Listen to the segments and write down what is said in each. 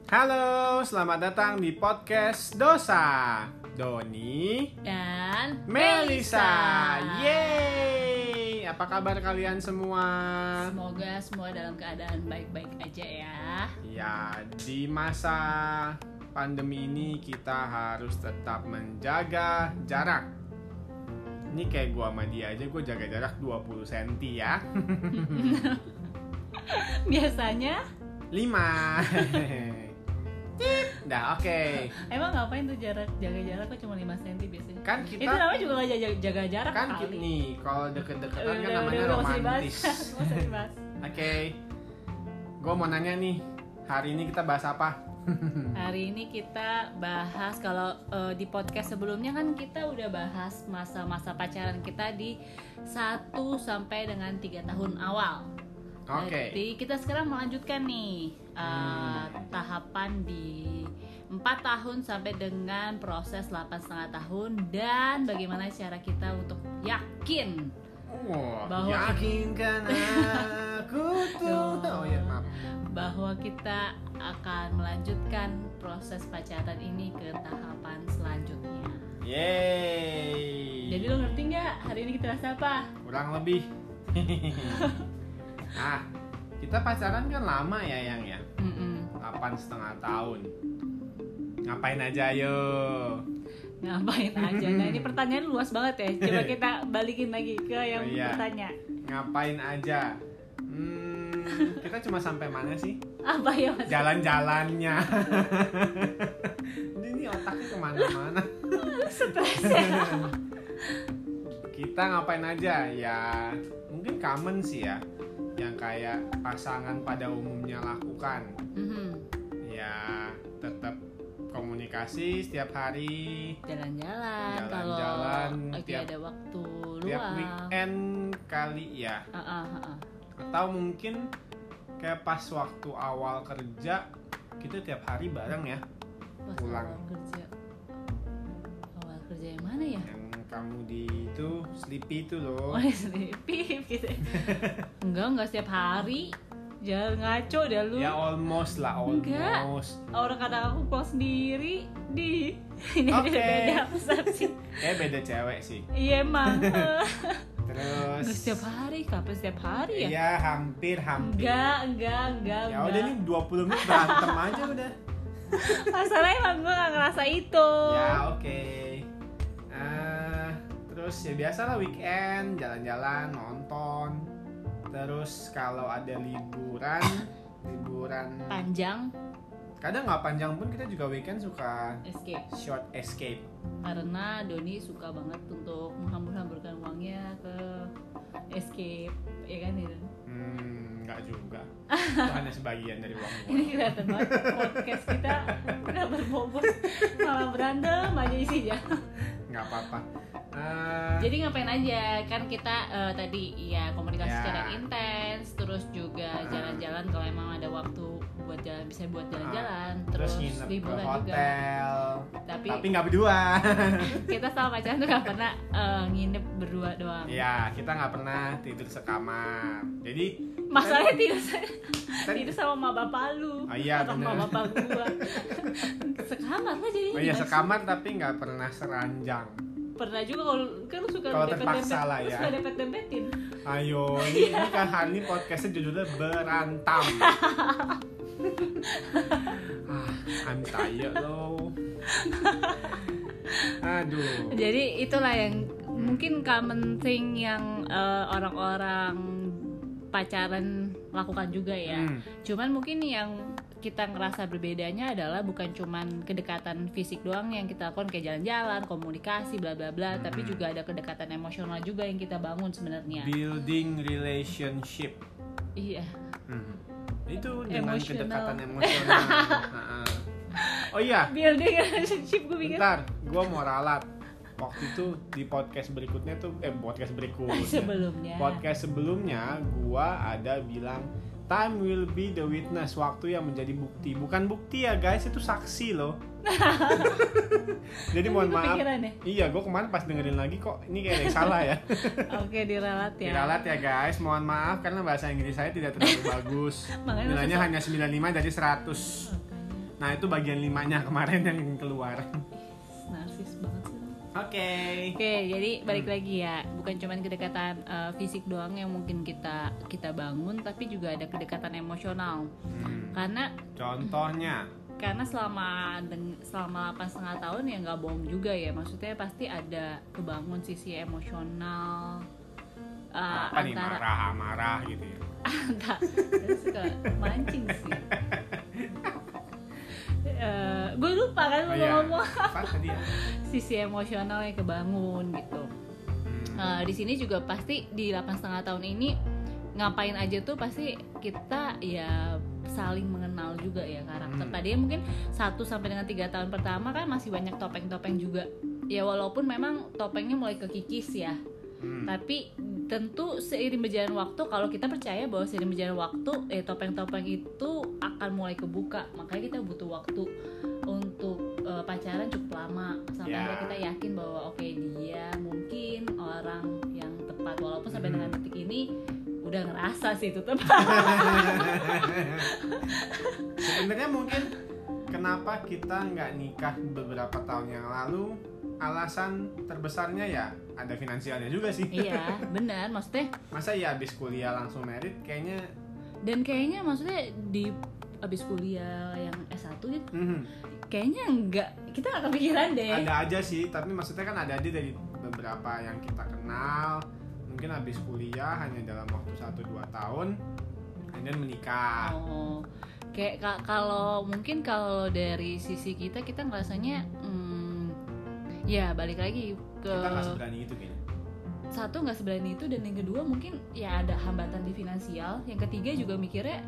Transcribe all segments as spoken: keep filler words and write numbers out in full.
Halo, selamat datang di podcast Dosa. Doni dan Melisa. Yeay, apa kabar kalian semua? Semoga semua dalam keadaan baik-baik aja ya. Ya, di masa pandemi ini kita harus tetap menjaga jarak. Ini kayak gua sama dia aja, gua jaga jarak dua puluh sentimeter ya. Biasanya lima. Dah, oke. Okay. emang ngapain tuh jarak jaga jarak kok cuma lima sentimeter biasanya? Kan kita itu namanya juga nggak jaga, jaga jarak kan kali. nih, kalau deket-deketan kan Udah, namanya udah, udah, romantis. nggak usah dibahas. Oke, okay. Gue mau nanya nih, hari ini kita bahas apa? Hari ini kita bahas kalau uh, di podcast sebelumnya kan kita udah bahas masa-masa pacaran kita di satu sampai dengan tiga tahun awal. Oke. Okay. Jadi kita sekarang melanjutkan nih uh, hmm. tahapan di empat tahun sampai dengan proses delapan setengah tahun dan bagaimana cara kita untuk yakin oh, bahwa yakinkan aku tuh oh, ya, maaf. bahwa kita akan melanjutkan proses pacaran ini ke tahapan selanjutnya. Yeay. Jadi lo ngerti nggak hari ini kita bahas apa? Kurang lebih. Ah, kita pacaran kan lama ya yang ya, delapan setengah tahun. Ngapain aja yo? Ngapain aja? Nah ini pertanyaan luas banget ya. Coba kita balikin lagi ke yang oh, iya. bertanya. Ngapain aja? Hmm, kita cuma sampai mana sih? Apa ya mas? Jalan-jalannya. Ini otaknya kemana-mana. Stres ya. Kita ngapain aja? Ya mungkin common sih ya, yang kayak pasangan pada umumnya lakukan. Mm-hmm. Ya tetap komunikasi setiap hari, jalan-jalan, jalan-jalan kalau lagi tiap, ada waktu luang, tiap weekend kali ya. uh-uh, uh-uh. Atau mungkin kayak pas waktu awal kerja kita tiap hari bareng ya. Pas pulang awal kerja awal kerja yang mana ya? Yang kamu di itu Sleepy itu loh. Oh Sleepy gitu. Enggak, enggak setiap hari. Jangan ngaco dah lu. Ya almost lah, almost. Enggak. Orang kata aku pulang sendiri di ini okay. beda persepsi. Eh beda cewek sih. Iya emang. Terus enggak setiap hari, kapan setiap hari ya? Iya, hampir hampir. Enggak, enggak, enggak. Ya udah nih dua puluh menit berantem aja udah. Masalahnya emang gue gak ngerasa itu. Ya oke. Okay. Uh, terus ya biasalah weekend jalan-jalan nonton. Terus kalau ada liburan, liburan panjang. Kadang nggak panjang pun kita juga weekend suka escape. Short escape. Karena Doni suka banget untuk menghambur-hamburkan uangnya ke escape, ya kan itu? Hmm, nggak juga. Itu hanya sebagian dari uang gue. Ini kelihatan banget podcast kita udah berbobot, malah berantem aja isinya. Nggak apa-apa. Uh, Jadi ngapain aja kan kita uh, tadi ya komunikasi ya. secara intens, terus juga uh, jalan-jalan kalau emang ada waktu buat jalan bisa buat jalan-jalan, uh, terus, terus nginep liburan ke hotel. Juga. Tapi tapi nggak berdua. Kita sama pacaran tuh nggak pernah uh, nginep berdua doang. Iya, kita nggak pernah tidur sekamar. Jadi masalahnya kan, tidur kan, tidur sama mama bapak lu, oh, iya, atau sama bapak gua. Sekamar lah jadinya. Oh iya sekamar tapi nggak pernah seranjang. Pernah juga kalau kan lu suka dempet-dempet, lah ya. suka dempet-dempetin. Ayo, ini, ini kan hari ini podcastnya judulnya Berantam. ah, I'm tired loh. Aduh. Jadi itulah yang mungkin common thing yang uh, orang-orang pacaran lakukan juga ya. Hmm. Cuman mungkin yang kita ngerasa berbedanya adalah bukan cuman kedekatan fisik doang yang kita lakukan kayak jalan-jalan, komunikasi, bla bla bla, hmm. tapi juga ada kedekatan emosional juga yang kita bangun sebenarnya. Building relationship. Iya. Hmm. Itu dengan emotional. Kedekatan emosional. Oh iya. Building relationship gue pikir. Bentar, gue mau ralat. Waktu itu di podcast berikutnya tuh eh podcast berikutnya. sebelumnya. Podcast sebelumnya gue ada bilang time will be the witness, waktu yang menjadi bukti. Bukan bukti ya guys, itu saksi loh. Jadi mohon maaf. Ya? Iya, gue kemarin pas dengerin lagi kok ini kayak yang salah ya. Oke, diralat ya. Diralat ya guys, mohon maaf karena bahasa Inggris saya tidak terlalu bagus. Nilainya hanya sembilan puluh lima dari seratus. Nah itu bagian limanya kemarin yang keluar. Narsis banget sih. Oke. Okay. Oke, okay, jadi balik hmm. lagi ya, bukan cuma kedekatan uh, fisik doang yang mungkin kita kita bangun, tapi juga ada kedekatan emosional. Hmm. Karena contohnya, karena selama selama delapan setengah tahun ya nggak bohong juga ya, maksudnya pasti ada kebangun sisi emosional. Uh, Apa antara, nih marah-marah gitu ya? Entah, suka mancing sih. Uh, gue lupa kan mau oh, iya. ngomong ya? Sisi emosional yang kebangun gitu. Uh, di sini juga pasti di delapan setengah tahun ini ngapain aja tuh pasti kita ya saling mengenal juga ya karakter. Hmm. Tadinya mungkin satu sampai dengan tiga tahun pertama kan masih banyak topeng-topeng juga. Ya walaupun memang topengnya mulai kekikis ya. Hmm. Tapi tentu seiring berjalan waktu, kalau kita percaya bahwa seiring berjalan waktu eh topeng-topeng itu akan mulai kebuka. Makanya kita butuh waktu untuk uh, pacaran cukup lama sampai yeah. akhirnya kita yakin bahwa oke okay, dia mungkin orang yang tepat, walaupun sampai hmm. dengan detik ini udah ngerasa sih itu tepat. Sebenarnya mungkin kenapa kita nggak nikah beberapa tahun yang lalu, alasan terbesarnya ya ada finansialnya juga sih. Iya, benar. Maksudnya masa ya abis kuliah langsung married kayaknya. Dan kayaknya maksudnya di abis kuliah yang S satu gitu, mm-hmm. kayaknya enggak, kita nggak kepikiran deh. Ada aja sih, tapi maksudnya kan ada aja dari beberapa yang kita kenal, mungkin abis kuliah hanya dalam waktu satu dua tahun, kemudian menikah. Oh, kayak k- kalau mungkin kalau dari sisi kita, kita ngerasanya hmm, ya balik lagi ke kita nggak seberani itu kayaknya. Satu nggak seberani itu, dan yang kedua mungkin ya ada hambatan di finansial. Yang ketiga juga mikirnya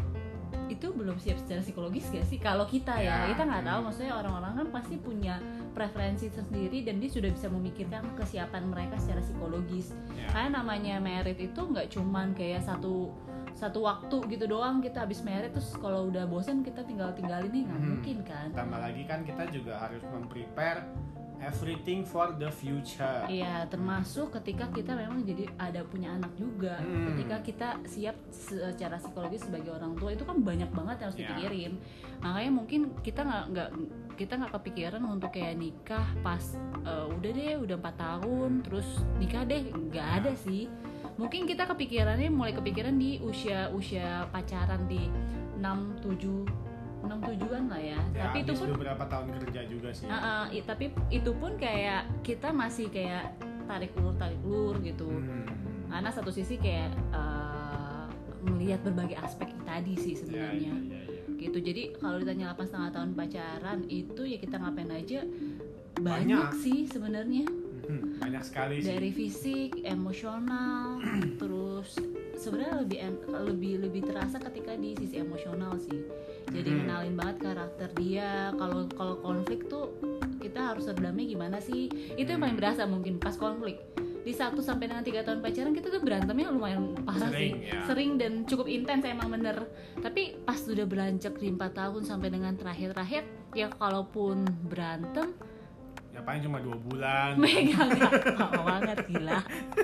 itu belum siap secara psikologis gak sih kalau kita ya, ya kita nggak tahu. Maksudnya orang-orang kan pasti punya preferensi sendiri dan dia sudah bisa memikirkan kesiapan mereka secara psikologis. Ya. Karena namanya merit itu nggak cuman kayak satu satu waktu gitu doang, kita habis merit terus kalau udah bosan kita tinggal tinggalin nih, nggak hmm. mungkin kan. Tambah lagi kan kita juga harus memprepare everything for the future. Iya, termasuk ketika kita memang jadi ada punya anak juga. Hmm. Ketika kita siap secara psikologis sebagai orang tua, itu kan banyak banget yang harus dipikirin. Yeah. Makanya mungkin kita nggak nggak kita nggak kepikiran untuk kayak nikah pas uh, udah deh udah empat tahun terus nikah deh, nggak ada sih. Mungkin kita kepikirannya mulai kepikiran di usia usia pacaran di enam tujuh enam tujuan lah ya, ya tapi itu pun beberapa tahun kerja juga sih. Uh, uh, i, tapi itu pun kayak kita masih kayak tarik ulur tarik ulur gitu. Hmm. Karena satu sisi kayak uh, melihat berbagai aspek tadi sih sebenarnya. Ya, ya, ya, ya. Gitu. Jadi kalau ditanya delapan setengah tahun pacaran itu ya kita ngapain aja banyak, banyak sih sebenarnya. Hmm, banyak sekali sih. Dari fisik, emosional, terus sebenarnya lebih lebih lebih terasa ketika di sisi emosional sih. Jadi hmm. kenalin banget karakter dia. Kalau kalau konflik tuh kita harus berdamai gimana sih? Itu yang paling berasa mungkin pas konflik. Di satu sampai dengan tiga tahun pacaran kita tuh berantemnya lumayan parah sering, sih. Ya. Sering dan cukup intens emang bener. Tapi pas sudah beranjak di empat tahun sampai dengan terakhir-terakhir ya kalaupun berantem ya paling cuma dua bulan. Megang lama banget gila.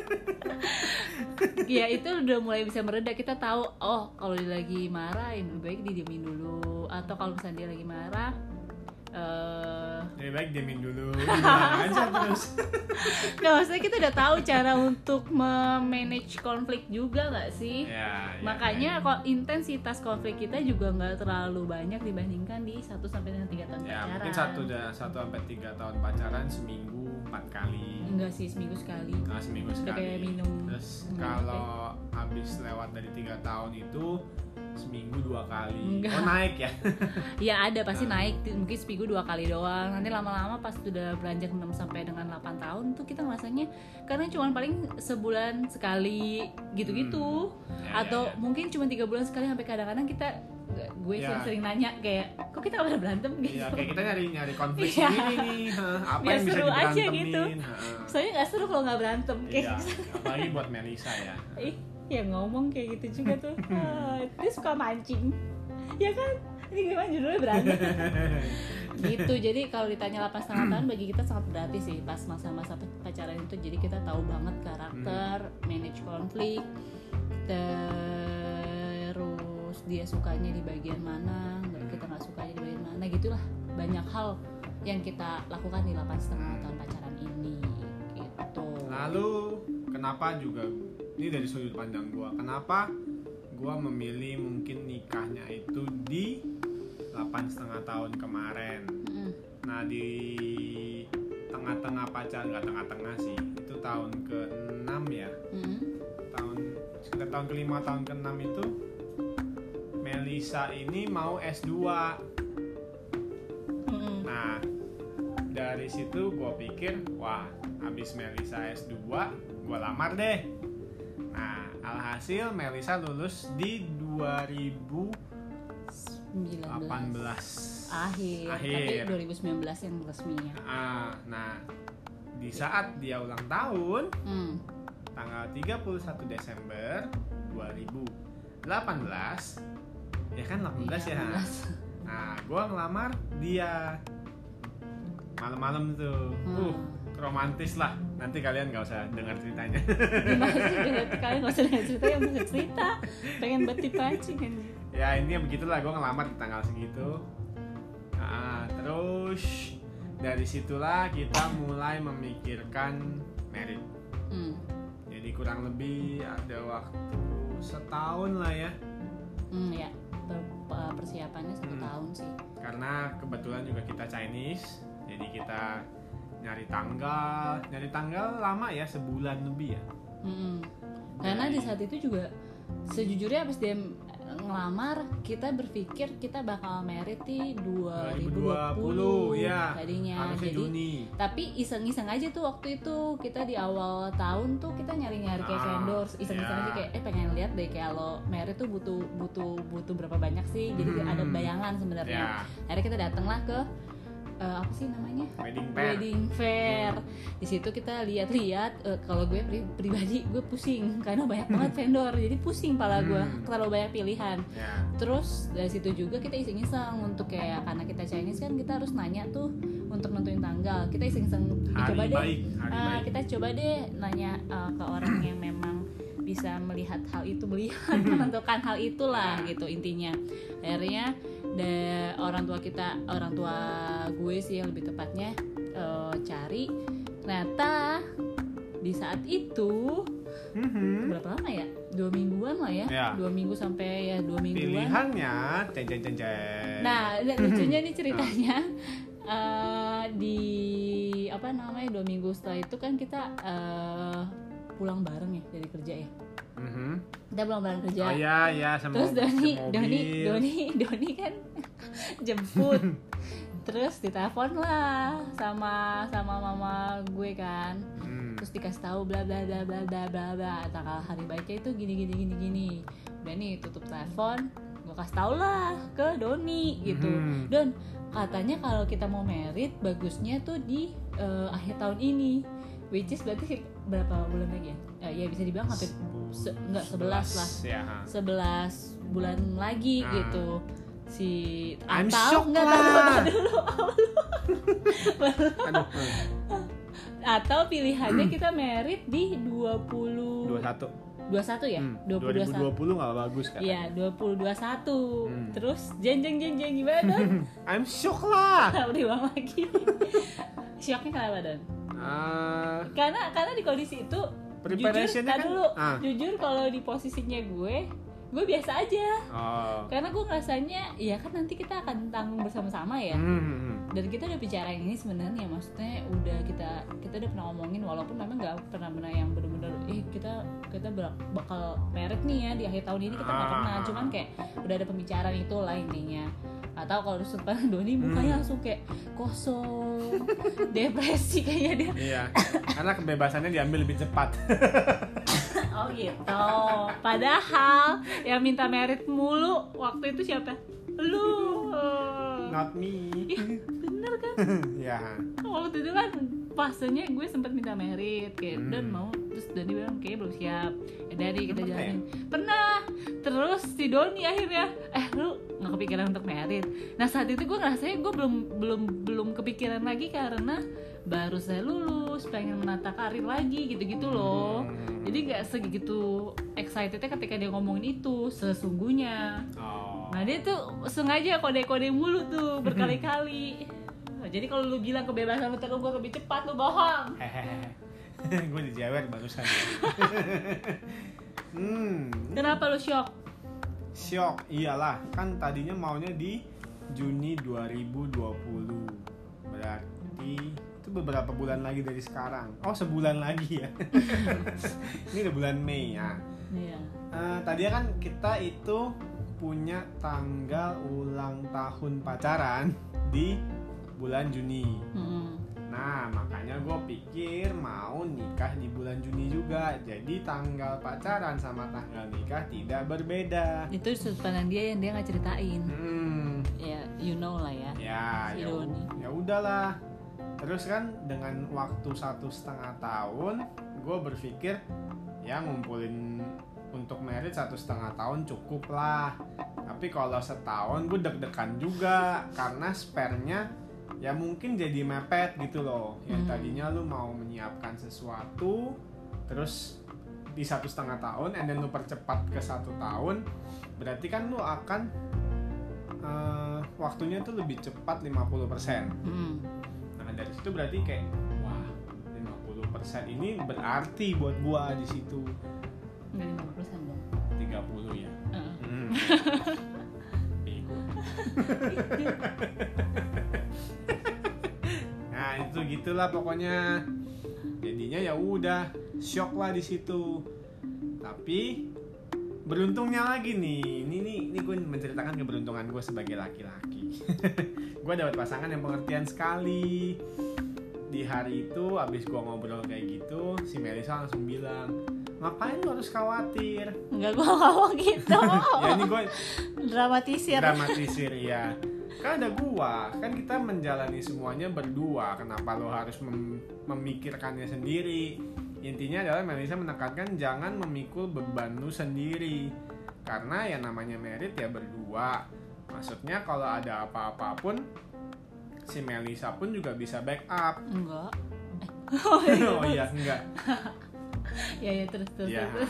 Ya itu udah mulai bisa mereda. Kita tahu oh kalau dia lagi marah ya lebih baik didiemin dulu. Atau kalau misalnya dia lagi marah uh... lebih baik diemin dulu. Aja terus. Nah maksudnya kita udah tahu cara untuk memanage konflik juga nggak sih? Ya, ya, makanya ya. Kok intensitas konflik kita juga nggak terlalu banyak dibandingkan di satu sampai dengan tiga tahun ya, pacaran. Mungkin satu dan satu sampai tiga tahun pacaran seminggu empat kali. Enggak sih, seminggu sekali. Nah, seminggu sekali. Udah kayak minum. Terus kalau habis lewat dari tiga tahun itu seminggu dua kali. Enggak. Oh naik ya? Ya ada pasti nah. naik, mungkin seminggu dua kali doang. Nanti lama-lama pas sudah beranjak enam sampai dengan delapan tahun tuh kita ngerasanya karena cuma paling sebulan sekali gitu-gitu. Hmm. Ya, atau ya, ya. mungkin cuma tiga bulan sekali, sampai kadang-kadang kita gue ya. sering nanya kayak kok kita gak pernah berantem gitu. Iya, kayak kita nyari-nyari konflik ya. Sendiri nih, apa biar yang bisa seru aja gitu. Ha. Soalnya gak seru kalau gak berantem kayak. Iya, apalagi buat Melisa ya. Ih, ya ngomong kayak gitu juga tuh. Ah, dia suka mancing. Ya kan? Ini gimana judulnya berantem. Gitu. Jadi kalau ditanya delapan setengah tahun bagi kita sangat berarti sih pas masa-masa pacaran itu. Jadi kita tahu banget karakter, hmm. manage konflik, terus dia sukanya di bagian mana, nggak kita nggak sukanya di bagian mana, gitulah banyak hal yang kita lakukan di delapan setengah tahun pacaran ini gitu. Lalu kenapa juga ini dari sudut pandang gue, kenapa gue memilih mungkin nikahnya itu di delapan setengah tahun kemarin. Mm. Nah di tengah-tengah pacaran, nggak tengah-tengah sih, itu tahun ke enam ya. Mm. tahun sekitar tahun kelima, tahun keenam itu Melisa ini mau S dua. Mm. Nah dari situ gue pikir, wah habis Melisa S dua gue lamar deh. Nah alhasil Melisa lulus di dua ribu delapan belas akhir, akhir. tapi dua ribu sembilan belas yang resminya. Ah, nah di saat dia ulang tahun hmm. tanggal tiga puluh satu Desember dua ribu delapan belas, ya kan delapan belas ya. Nah gue ngelamar dia malam-malam tuh. hmm. uh romantis lah, nanti kalian nggak usah dengar ceritanya. Gimana sih, kalian nggak usah dengar cerita, yang bisa cerita pengen beti pancing kan. Ya intinya begitulah, gue ngelamar di tanggal segitu. Nah, terus dari situlah kita mulai memikirkan married. Hmm. Jadi kurang lebih ada waktu setahun lah ya. Hmm ya, persiapannya satu hmm. tahun sih. Karena kebetulan juga kita Chinese, jadi kita nyari tanggal, nyari tanggal lama ya, sebulan lebih ya. Hmm. Karena di saat itu juga sejujurnya pas dia ngelamar, kita berpikir kita bakal married di dua ribu dua puluh ya, tadinya. Jadi Juni. Tapi iseng-iseng aja tuh waktu itu, kita di awal tahun tuh kita nyari-nyari kayak ah, vendors, iseng-iseng ya. aja kayak eh pengen lihat deh kayak lo married tuh butuh butuh butuh berapa banyak sih. Jadi hmm. ada bayangan sebenarnya. Ya. Akhirnya kita datanglah ke Uh, apa sih namanya? Wedding fair. Wedding fair. Hmm. Di situ kita lihat-lihat. Uh, kalau gue pri- pribadi gue pusing karena banyak banget vendor. Jadi pusing pala gue, hmm. terlalu banyak pilihan. Yeah. Terus dari situ juga kita iseng-iseng untuk kayak karena kita Chinese kan kita harus nanya tuh untuk nentuin tanggal. Kita iseng-iseng coba deh. Baik, uh, kita coba deh nanya uh, ke orang yang memang bisa melihat hal itu, melihat menentukan hal itulah gitu intinya. Akhirnya da, orang tua kita, orang tua gue sih yang lebih tepatnya uh, cari. Ternyata di saat itu mm-hmm. berapa lama ya? Dua mingguan lah ya, ya. Dua minggu sampai ya dua mingguan. Pilihannya, ceng ceng ceng ceng. Nah lucunya nih ceritanya. uh, di apa namanya dua minggu setelah itu kan kita uh, pulang bareng ya dari kerja ya. Mm-hmm. Kita pulang bareng kerja. Oh iya iya sama. Terus Doni Doni Doni Doni kan jemput. Terus ditelepon lah sama sama mama gue kan. Mm. Terus dikasih tahu bla bla bla bla bla bla bla tanggal hari baiknya itu gini gini gini gini. Udah nih tutup telepon, gue kasih tau lah ke Doni gitu. Mm-hmm. Don katanya kalau kita mau married bagusnya tuh di uh, akhir tahun ini. Which is berarti berapa bulan lagi ya? Uh, ya bisa dibilang hampir se- enggak sebelas lah. Ya. sebelas bulan lagi nah. gitu. Si I'm atau enggak tahu dulu. Aduh. Atau pilihannya kita married di dua puluh dua puluh satu dua puluh satu ya? Hmm, dua ribu dua puluh enggak bagus kan? Iya, dua puluh dua puluh satu. Hmm. Terus jeng-jeng jeng-jeng gimana? I'm shock lah. Udah ulang lagi. Shocknya kenapa Dan? Uh, karena karena di kondisi itu jujur kan dulu ah. jujur kalau di posisinya gue gue biasa aja oh. karena gue ngerasanya ya kan nanti kita akan tanggung bersama-sama ya hmm. dan kita udah bicara ini sebenarnya maksudnya udah kita kita udah pernah ngomongin walaupun memang nggak pernah pernah yang benar-benar eh kita kita bakal married nih ya di akhir tahun ini kita nggak ah. pernah cuman kayak udah ada pembicaraan itu lah intinya. Atau kalau sudut pandang Doni mukanya hmm. langsung kayak kosong, depresi kayaknya dia. Iya, karena kebebasannya diambil lebih cepat. Oh gitu. Padahal yang minta merit mulu waktu itu siapa? Lu. Not me. Ih, bener kan? Iya. Waktu itu kan pasenya gue sempat minta merit kayak hmm. dan mau terus Dani bilang kayak belum siap. Ya dari kita jalanin. Ya? Pernah. terus si Doni akhirnya eh lu nggak kepikiran untuk merit. Nah saat itu gue ngerasanya gue belum belum belum kepikiran lagi karena baru saya lulus, pengen menata karir lagi gitu-gitu loh. Jadi nggak segitu excitednya ketika dia ngomongin itu sesungguhnya. Oh. Nah dia tuh sengaja kode-kode mulu tuh berkali-kali. Nah, jadi kalau lu bilang kebebasan lu terubah lebih cepat, lu bohong. Gue dijewer barusan. hmm. Kenapa lu shock? Shock, iyalah. Kan tadinya maunya di Juni dua ribu dua puluh. Berarti itu beberapa bulan lagi dari sekarang. Oh, sebulan lagi ya. Ini udah bulan Mei ya. Iya. Uh, tadinya kan kita itu punya tanggal ulang tahun pacaran di bulan Juni. Mm-hmm. Nah, makanya gue pikir mau nikah di bulan Juni juga. Jadi tanggal pacaran sama tanggal nikah tidak berbeda. Itu sudut pandang dia yang dia nggak ceritain. Hmm. Ya, you know lah ya. Ya, si ya, ya udahlah. Terus kan dengan waktu satu setengah tahun, gue berpikir ya ngumpulin untuk merit satu setengah tahun cukup lah. Tapi kalau setahun gue deg-degan juga karena spare-nya ya mungkin jadi mepet gitu loh. Yang tadinya lu mau menyiapkan sesuatu terus di satu setengah tahun and then lu percepat ke satu tahun, berarti kan lu akan uh, waktunya tuh lebih cepat lima puluh persen. Mm. Nah dari situ berarti kayak wah lima puluh persen ini berarti buat gua di situ. Enggak lima puluh persen dong. tiga puluh ya. Uh. Hmm. Nah itu gitulah pokoknya. Jadinya ya udah shock lah di situ. Tapi beruntungnya lagi nih, ini nih, ini gue menceritakan keberuntungan gue sebagai laki-laki. Gue dapat pasangan yang pengertian sekali. Di hari itu abis gue ngobrol kayak gitu, si Melisa langsung bilang, ngapain lu harus khawatir? Enggak, gue ngomong gitu. Ya ini gue dramatisir. Dramatisir ya. Kan ada gua, kan kita menjalani semuanya berdua. Kenapa lo harus mem- memikirkannya sendiri? Intinya adalah Melisa menekankan jangan memikul beban lu sendiri. Karena yang namanya merit ya berdua. Maksudnya kalau ada apa-apa pun si Melisa pun juga bisa backup. Enggak. Oh iya, oh, iya enggak. Ya ya terus terus ya. terus.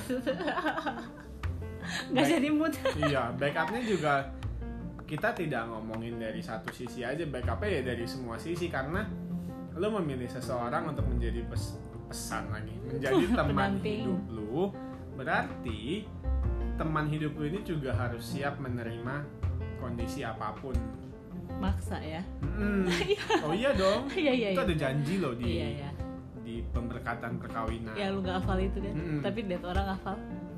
Enggak jadi mood. Iya, backupnya juga kita tidak ngomongin dari satu sisi aja, backupnya ya dari semua sisi karena lo memilih seseorang untuk menjadi pes- pesan lagi, menjadi teman hidup lo, berarti teman hidup lo ini juga harus siap menerima kondisi apapun. Maksa ya? Mm-mm. Oh iya dong, iya, iya, itu iya. ada janji loh di iya, iya. di pemberkatan perkawinan. Ya lu nggak hafal itu kan? Mm-mm. Tapi lihat orang hafal.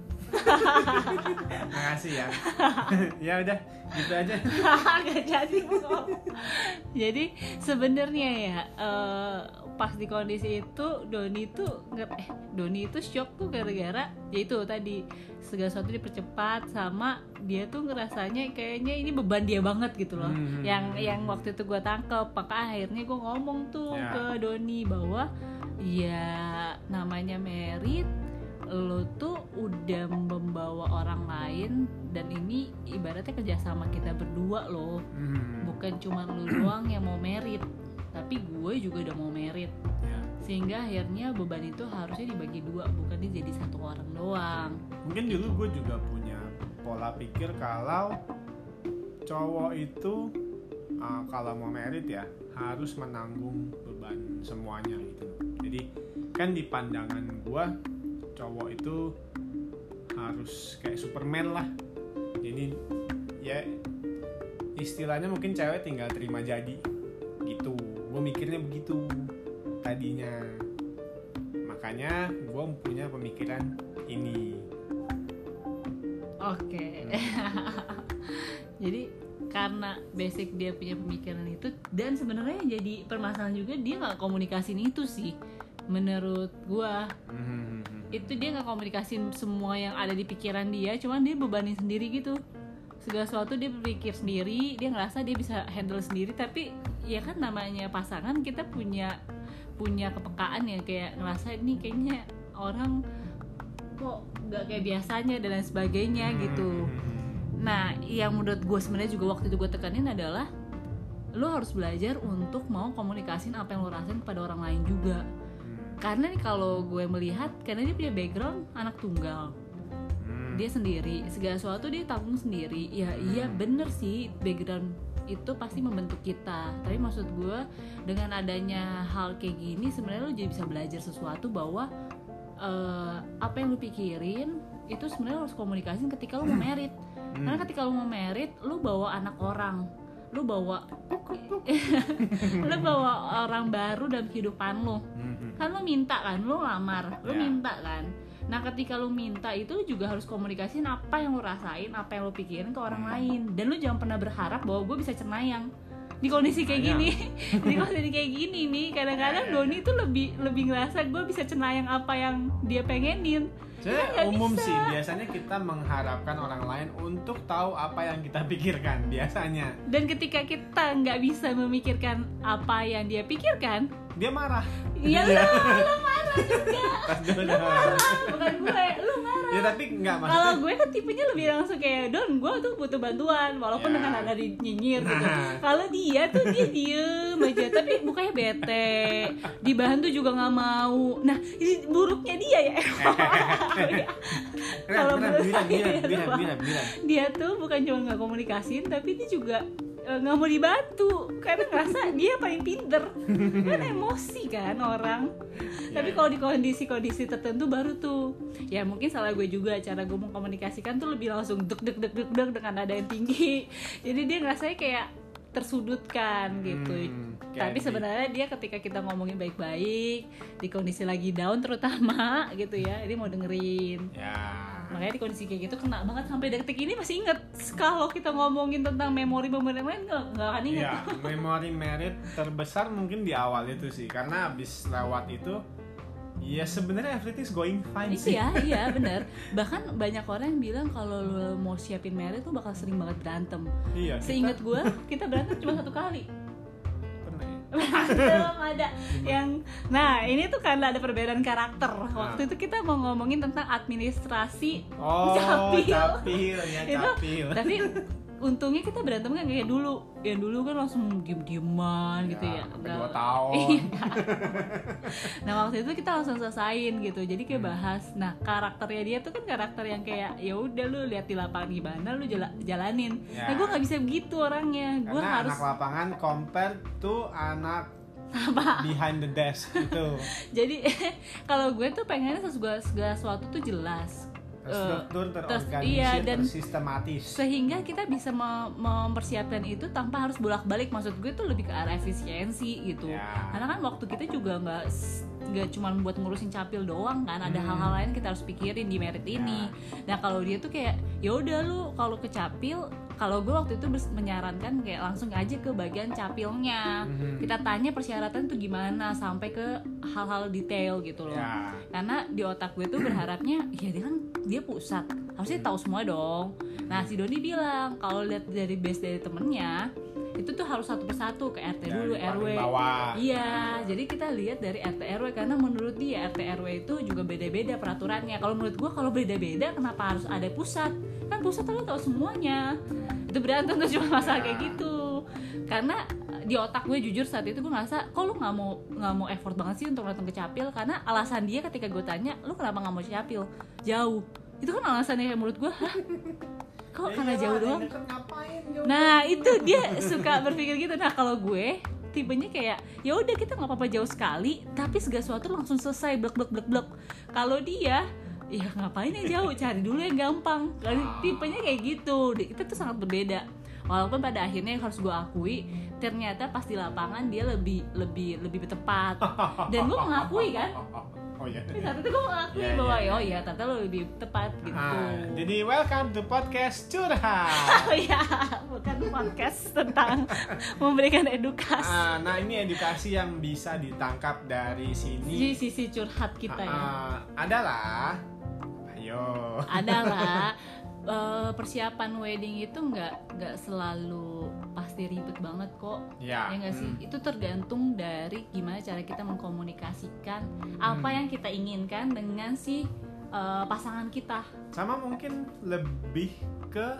Makasih ya. Ya udah gitu aja. Gak jadi. Jadi sebenarnya ya uh, pas di kondisi itu Doni tuh eh Doni itu shock tuh gara-gara ya itu tadi segala sesuatu dipercepat sama dia tuh ngerasanya kayaknya ini beban dia banget gitu loh. Hmm. Yang yang waktu itu gue tangkep, maka akhirnya gue ngomong tuh ya. Ke Doni bahwa ya namanya merit, lo tuh udah membawa orang lain dan ini ibaratnya kerjasama kita berdua loh. Hmm. Bukan cuma lo doang yang mau merit, tapi gue juga udah mau merit. Ya. Sehingga akhirnya beban itu harusnya dibagi dua, bukan jadi satu orang doang. Mungkin dulu gue juga punya pola pikir kalau cowok itu uh, kalau mau merit ya harus menanggung beban semuanya gitu. Jadi kan di pandangan gue cowok itu harus kayak Superman lah. Jadi ya istilahnya mungkin cewek tinggal terima jadi gitu. Gue mikirnya begitu tadinya. Makanya gue punya pemikiran ini. Oke. Okay. Jadi karena basic dia punya pemikiran itu dan sebenarnya jadi permasalahan juga dia nggak komunikasin itu sih. Menurut gua mm-hmm. itu dia nggak komunikasin semua yang ada di pikiran dia, cuman dia bebanin sendiri gitu. Segala sesuatu dia berpikir sendiri, dia ngerasa dia bisa handle sendiri. Tapi ya kan namanya pasangan kita punya punya kepekaan ya, kayak ngerasa ini kayaknya orang kok nggak kayak biasanya dan lain sebagainya Hmm. gitu. Nah, yang menurut gue sebenarnya juga waktu itu gue tekanin adalah lo harus belajar untuk mau komunikasin apa yang lo rasain kepada orang lain juga. Karena nih kalau gue melihat, karena dia punya background anak tunggal, Hmm. dia sendiri, segala sesuatu dia tanggung sendiri. Ya iya bener sih, background itu pasti membentuk kita. Tapi maksud gue dengan adanya hal kayak gini sebenarnya lo jadi bisa belajar sesuatu bahwa uh, apa yang lo pikirin itu sebenarnya harus komunikasiin ketika lo mau merit. Hmm. Karena ketika lo mau merit, lo bawa anak orang, lo bawa lo bawa orang baru dalam kehidupan lo. Hmm. Kan lo minta kan, lo lamar, lo Ya. minta kan. Nah ketika lo minta itu lo juga harus komunikasiin apa yang lo rasain, apa yang lo pikirin ke orang lain. Dan lo jangan pernah berharap bahwa gue bisa cenayang di kondisi kayak Cenayang. gini. Di kondisi kayak gini nih, kadang-kadang Doni tuh lebih lebih ngerasa gue bisa cenayang apa yang dia pengenin. Sebenarnya nggak umum bisa. sih, biasanya kita mengharapkan orang lain untuk tahu apa yang kita pikirkan biasanya. Dan ketika kita nggak bisa memikirkan apa yang dia pikirkan, Dia marah. ya lo, lo marah juga. Tas dulu. Lo marah, bukan gue, lo marah. Ya tapi enggak Kalau maksudnya. gue kan tipenya lebih langsung kayak Don, gue tuh butuh bantuan walaupun Ya. dengan ada di nyinyir gitu. Nah. Kalau dia tuh dia diem aja, tapi mukanya bete, dibantu juga nggak mau. Nah ini buruknya dia ya. Kalau Bilang, menurut bilang, saya bilang, itu bilang, Bang, bilang, bilang. dia tuh bukan cuma nggak komunikasiin, tapi dia juga eh, nggak mau dibantu karena ngerasa dia paling pinter. Kan emosi kan orang. Tapi kalau di kondisi-kondisi tertentu baru tuh, ya mungkin salah gue juga, cara gue mengkomunikasikan tuh lebih langsung deg deg deg deg deg dengan nada yang tinggi. Jadi dia ngerasanya kayak tersudutkan gitu. Hmm, kayak Tapi di- sebenarnya dia ketika kita ngomongin baik-baik di kondisi lagi down terutama gitu ya, dia mau dengerin. Ya. Makanya di kondisi kayak gitu kena banget sampai detik ini masih inget. Kalau kita ngomongin tentang memori-memori yang lain nggak nggak akan inget. Iya, memori merit terbesar mungkin di awal itu sih, karena abis lewat itu, ya sebenarnya everything's going fine sih. Iya, iya benar. Bahkan banyak orang yang bilang kalau lo mau siapin merit tuh bakal sering banget berantem. Iya. kita Seingat gue, kita berantem cuma satu kali. pernah ya? Belum ada yang. Nah, ini tuh karena ada perbedaan karakter. Waktu itu kita mau ngomongin tentang administrasi Oh, capil. capil ya, Itu, capil. tapi untungnya kita berantem kan kayak dulu. Yang dulu kan langsung diem-dieman gitu ya. sampai Nggak- dua tahun. Iya. Nah waktu itu kita langsung selesain gitu. Jadi kayak Hmm. bahas. Nah karakternya dia tuh kan karakter yang kayak ya udah lu lihat di lapangan gimana lu jala- jalanin. Ya. Nah gue nggak bisa begitu orangnya. Gue Karena harus anak lapangan compare to anak behind the desk itu. jadi kalau gue tuh pengennya segala, segala sesuatu tuh jelas. Terstruktur, terus- terorganisir, iya, dan- tersistematis. Sehingga kita bisa mem- mempersiapkan itu tanpa harus bolak-balik. Maksud gue tuh lebih ke arah efisiensi gitu. Ya. Karena kan waktu kita juga nggak s- nggak cuma buat ngurusin capil doang kan, ada Hmm. hal-hal lain kita harus pikirin di merit ini. Nah kalau dia tuh kayak ya udah lu kalau ke capil, kalau gue waktu itu bers- menyarankan kayak langsung aja ke bagian capilnya. Mhm. Kita tanya persyaratan tuh gimana sampai ke hal-hal detail gitu loh. Ya. Karena di otak gue tuh berharapnya ya dia kan dia pusat, harusnya tahu semua dong. Nah si Doni bilang kalau lihat dari base dari temennya itu tuh harus satu persatu ke R T dulu, Dari R W. paling bawah. Iya, jadi kita lihat dari R T R W karena menurut dia R T R W itu juga beda-beda peraturannya. Kalau menurut gua kalau beda-beda kenapa harus ada pusat? Kan pusat lo tahu semuanya. Itu berantem tuh cuma masalah kayak gitu. Karena di otak gue jujur saat itu gue ngerasa kok lu nggak mau nggak mau effort banget sih untuk datang ke capil, karena alasan dia ketika gue tanya lu kenapa nggak mau capil jauh, itu kan alasannya yang menurut gue hah kok Ya karena iyalah, jauh yang doang. deket ngapain, jauh. Nah itu dia suka berpikir gitu. Nah kalau gue tipenya kayak ya udah kita nggak apa-apa jauh sekali tapi segala sesuatu langsung selesai blek blek blek blek. Kalau dia ya ngapain yang jauh, cari dulu yang gampang. Karena tipenya kayak gitu. Kita tuh sangat berbeda. Walaupun pada akhirnya yang harus gue akui ternyata pas di lapangan dia lebih lebih lebih tepat. Dan gue mengakui kan. Oh iya. Di saat itu gue mengakui Ya, bahwa ya, oh ya. ya ternyata lo lebih tepat gitu. Ah, jadi welcome to podcast curhat. Oh ya, bukan podcast tentang memberikan edukasi. Ah, nah ini edukasi yang bisa ditangkap dari Di sini sisi curhat kita ya. ah, adalah, ayo. Adalah eh, persiapan wedding itu nggak nggak selalu pasti ribet banget kok. Ya. Ya nggak sih? Hmm. Itu tergantung dari gimana cara kita mengkomunikasikan apa Hmm. yang kita inginkan dengan si uh, pasangan kita. Sama mungkin lebih ke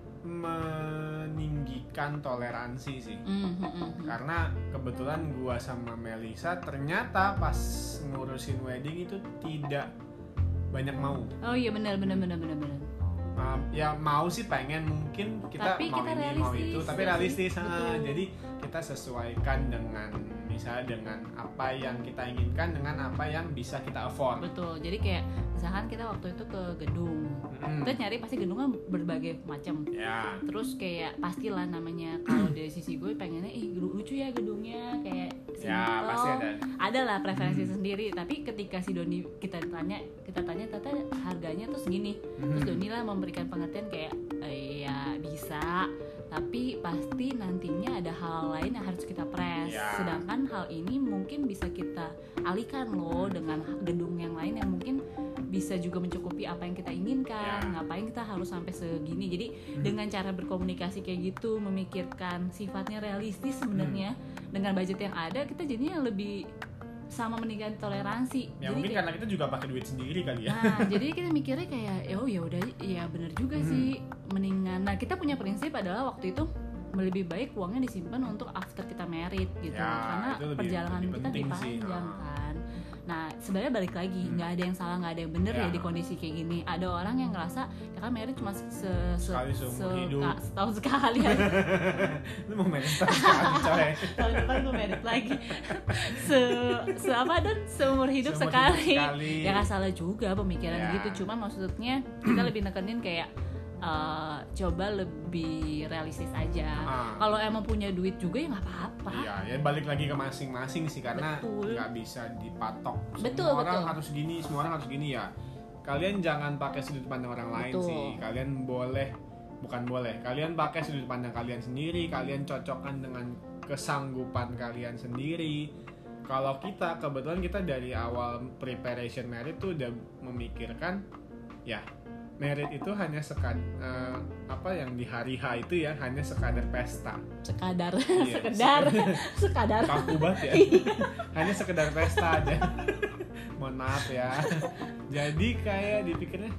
meninggikan toleransi sih. Mm-hmm. Karena kebetulan gua sama Melisa ternyata pas ngurusin wedding itu tidak banyak mau. Oh iya benar benar benar benar benar. Uh, ya mau sih pengen mungkin kita tapi mau kita ini mau itu tapi realistis ha, jadi kita sesuaikan dengan misalnya dengan apa yang kita inginkan dengan apa yang bisa kita afford. Betul, jadi kayak misalkan kita waktu itu ke gedung, mm. kita nyari pasti gedungnya berbagai macam. Ya. Terus kayak pastilah namanya kalau dari sisi gue pengennya, ih lucu ya gedungnya kayak simple. Ya pasti ada. Ada lah preferensi hmm. sendiri. Tapi ketika si Doni kita tanya, kita tanya tata harganya tuh segini. Hmm. Terus Doni lah memberikan pengertian kayak, e, ya bisa. Tapi pasti nantinya ada hal lain yang harus kita press. Ya. Sedangkan hal ini mungkin bisa kita alihkan loh dengan gedung yang lain yang mungkin bisa juga mencukupi apa yang kita inginkan. Ya. Ngapain kita harus sampai segini. Jadi hmm. dengan cara berkomunikasi kayak gitu, memikirkan sifatnya realistis sebenarnya hmm. dengan budget yang ada, kita jadinya lebih sama meningkatkan toleransi. Ya jadi mungkin kayak, karena kita juga pakai duit sendiri kali ya. Nah, jadi kita mikirnya kayak oh ya udah ya benar juga hmm. sih mendingan. Nah, kita punya prinsip adalah waktu itu lebih baik uangnya disimpan untuk after kita married gitu. Ya, karena lebih, perjalanan lebih kita lebih panjang sih. kan. Nah, sebenarnya balik lagi, nggak hmm. ada yang salah, nggak ada yang benar ya. ya di kondisi kayak gini. Ada orang yang ngerasa ya kan married cuma se, se, sekali seumur se, hidup, ka, setahun sekali. Lu mau married setahun sekali coy. Tahun depan gue married lagi. Se, se apa dan seumur hidup seumur sekali. Hidup sekali. Ya nggak salah juga pemikiran ya. Gitu. Cuma maksudnya kita lebih nekenin kayak Uh, coba lebih realistis aja. Ah. Kalau emang punya duit juga ya nggak apa-apa. Iya, ya balik lagi ke masing-masing sih karena nggak bisa dipatok. Semua betul, orang betul. harus gini, semua orang harus gini ya. Kalian jangan pakai sudut pandang orang lain betul. Sih. Kalian boleh, bukan boleh. Kalian pakai sudut pandang kalian sendiri. Kalian cocokkan dengan kesanggupan kalian sendiri. Kalau kita kebetulan kita dari awal preparation married tuh udah memikirkan ya. Merit itu hanya sekadar uh, apa yang di hari H itu ya hanya sekadar pesta. Sekadar, iya, sekedar, sekadar. Kaku banget ya. Hanya sekedar pesta aja. Mohon maaf ya. Jadi kayak dipikirnya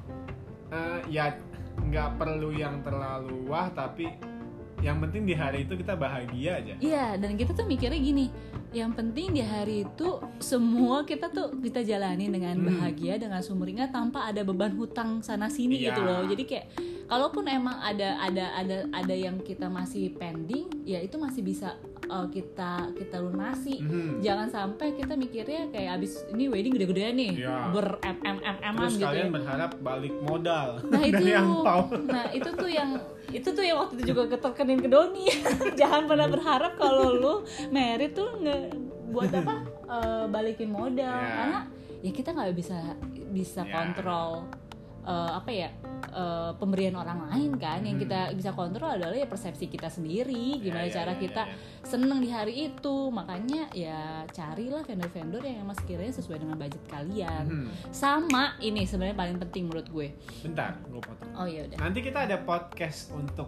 uh, ya nggak perlu yang terlalu wah tapi yang penting di hari itu kita bahagia aja. Iya, dan kita tuh mikirnya gini, yang penting di hari itu semua kita tuh kita jalani dengan hmm. bahagia, dengan sumringah tanpa ada beban hutang sana sini iya. Gitu loh. Jadi kayak kalaupun emang ada ada ada ada yang kita masih pending, ya itu masih bisa uh, kita kita lunasi. Hmm. Jangan sampai kita mikirnya kayak abis ini wedding gede-gedean nih, ya. ber m m m m terus gitu. Terus kalian ya. Berharap balik modal nah, dari itu, angpau. Nah itu tuh yang itu tuh yang waktu itu juga keterkenin ke Doni. Jangan pernah berharap kalau lu married tuh nge, buat apa uh, balikin modal yeah. Karena ya kita nggak bisa bisa yeah. kontrol uh, apa ya uh, pemberian orang lain kan. Yang kita bisa kontrol adalah ya persepsi kita sendiri. Gimana yeah, cara yeah, kita yeah, yeah. seneng di hari itu. Makanya ya carilah vendor-vendor yang emang sekiranya sesuai dengan budget kalian. Hmm. Sama ini sebenarnya paling penting menurut gue. Bentar, gue potong. Oh iya udah. Nanti kita ada podcast untuk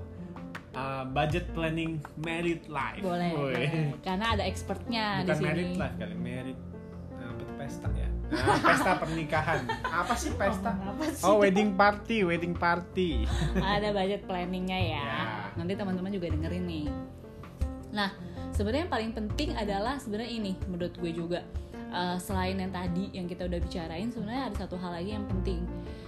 uh, budget planning married life. Boleh, boleh. Karena ada expertnya di sini. Bukan married life kali, married apa uh, pesta ya. Nah, pesta pernikahan. Apa sih pesta? Oh, apa sih? Oh, wedding party, wedding party. Ada budget planningnya ya. ya. Nanti teman-teman juga dengerin nih. Nah, sebenarnya yang paling penting adalah sebenarnya ini menurut gue juga uh, selain yang tadi yang kita udah bicarain, sebenarnya ada satu hal lagi yang penting.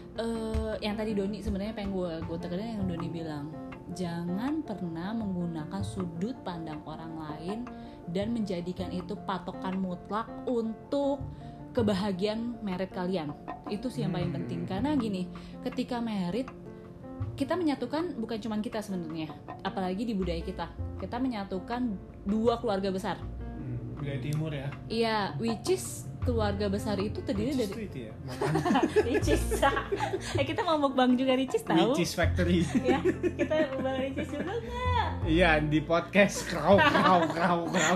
Uh, yang tadi Doni sebenarnya pengen gue gue tekenin yang Doni bilang, jangan pernah menggunakan sudut pandang orang lain dan menjadikan itu patokan mutlak untuk kebahagiaan married kalian. Itu sih yang paling penting. Karena gini, ketika married kita menyatukan bukan cuma kita sebenarnya, apalagi di budaya kita. Kita menyatukan dua keluarga besar. Hmm, budaya timur ya. Iya, which is keluarga besar itu terdiri Ricis dari itu ya. Ricis. Eh kita mau mukbang juga Ricis tahu? Ricis Factory. Ya, kita mukbang Ricis juga enggak? Iya, di podcast krau krau krau krau.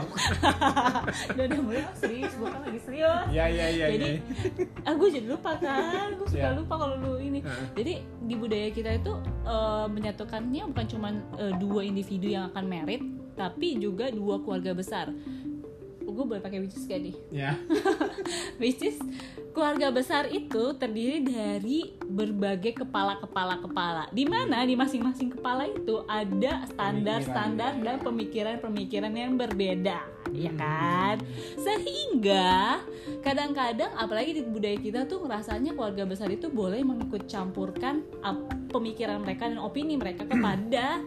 Udah udah mulai oh, serius, gue kan lagi serius. Iya iya iya. Jadi, ah gue jadi lupa kan, gue suka ya. lupa kalau lu ini. Uh-huh. Jadi di budaya kita itu uh, menyatukannya bukan cuma uh, dua individu yang akan married, tapi juga dua keluarga besar. gue boleh pakai which is gak nih? Ya. Which is keluarga besar itu terdiri dari berbagai kepala-kepala-kepala. Di mana di masing-masing kepala itu ada standar-standar dan pemikiran-pemikiran yang berbeda, hmm. ya kan? Sehingga kadang-kadang apalagi di budaya kita tuh rasanya keluarga besar itu boleh mengikut campurkan pemikiran mereka dan opini mereka kepada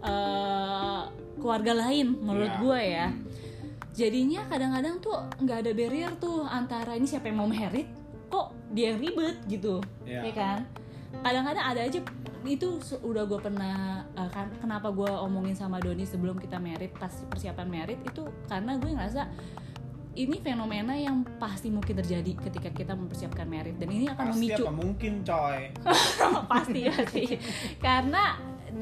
uh, keluarga lain menurut yeah. gue ya. Jadinya kadang-kadang tuh nggak ada barrier tuh antara ini siapa yang mau merit, kok dia yang ribet gitu, yeah. ya kan? Kadang-kadang ada aja itu udah gue pernah uh, kan, kenapa gue omongin sama Doni sebelum kita merit, pas persiapan merit itu karena gue ngerasa ini fenomena yang pasti mungkin terjadi ketika kita mempersiapkan merit dan ini akan pasti memicu. Apa mungkin coy? Pasti ya sih, karena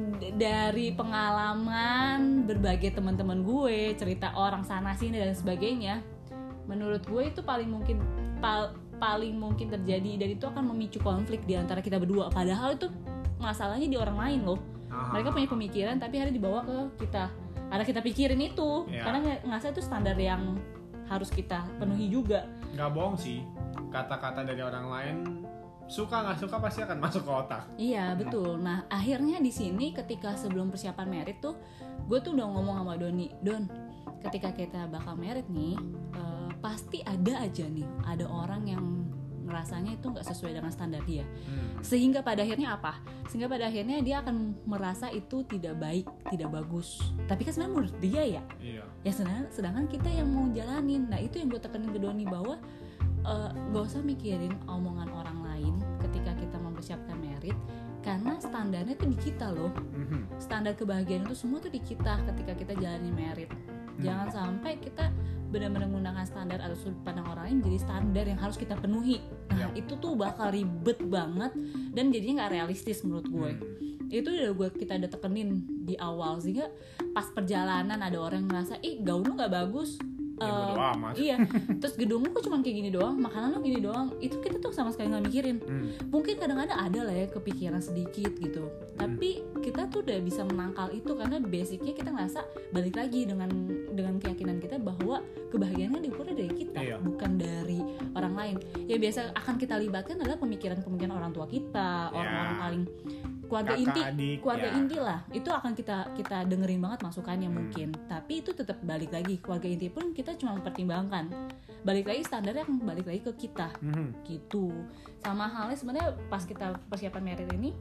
dari pengalaman berbagai teman-teman gue, cerita orang sana sini dan sebagainya, menurut gue itu paling mungkin pal, paling mungkin terjadi dan itu akan memicu konflik di antara kita berdua. Padahal itu masalahnya di orang lain loh. Aha. Mereka punya pemikiran tapi akhirnya dibawa ke kita. Karena kita pikirin itu, yeah. karena ngerasa itu standar yang harus kita penuhi juga. Gak bohong sih, kata-kata dari orang lain suka nggak suka pasti akan masuk ke otak. Iya betul. Nah akhirnya di sini ketika sebelum persiapan merit tuh gue tuh udah ngomong sama Doni, Don, ketika kita bakal merit nih uh, pasti ada aja nih ada orang yang ngerasanya itu nggak sesuai dengan standar dia. Hmm. Sehingga pada akhirnya apa? Sehingga pada akhirnya dia akan merasa itu tidak baik, tidak bagus. Tapi kan sebenarnya menurut dia ya. Iya. Ya sedangkan, sedangkan kita yang mau jalanin. Nah itu yang gue tekenin ke Doni bahwa uh, gak usah mikirin omongan orang lain ketika kita mempersiapkan merit, karena standarnya tuh di kita loh. Mm-hmm. Standar kebahagiaan itu semua tuh di kita ketika kita jalani merit. Mm. Jangan sampai kita benar-benar menggunakan standar atau sudut pandang orang lain jadi standar yang harus kita penuhi. Nah yep. itu tuh bakal ribet banget dan jadinya nggak realistis menurut gue. Mm. Itu udah gue kita udah tekenin di awal, sehingga pas perjalanan ada orang yang ngerasa ih gaun lu nggak bagus. Ya, uh, iya, terus gedung lu kok cuma kayak gini doang, makanan lu gini doang, itu kita tuh sama sekali nggak mikirin. hmm. Mungkin kadang-kadang ada lah ya kepikiran sedikit gitu, hmm. tapi kita tuh udah bisa menangkal itu karena basicnya kita ngerasa balik lagi dengan dengan keyakinan kita bahwa kebahagiaan diukur dari kita, iya. bukan dari orang lain. Ya biasa akan kita libatkan adalah pemikiran-pemikiran orang tua kita, yeah. orang-orang paling keluarga Kakak, inti, adik, keluarga ya. inti lah, itu akan kita kita dengerin banget masukannya hmm. mungkin, tapi itu tetap balik lagi keluarga inti pun kita cuma mempertimbangkan, balik lagi standarnya akan balik lagi ke kita, hmm. gitu. Sama halnya sebenarnya pas kita persiapan merit ini,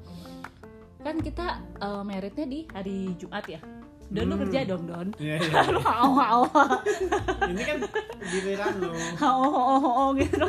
kan kita uh, meritnya di hari Jumat ya. Don hmm. lu kerja dong Don. Iya iya. Lu awal awal. Ini kan giliran lu. Oh oh oh gitu.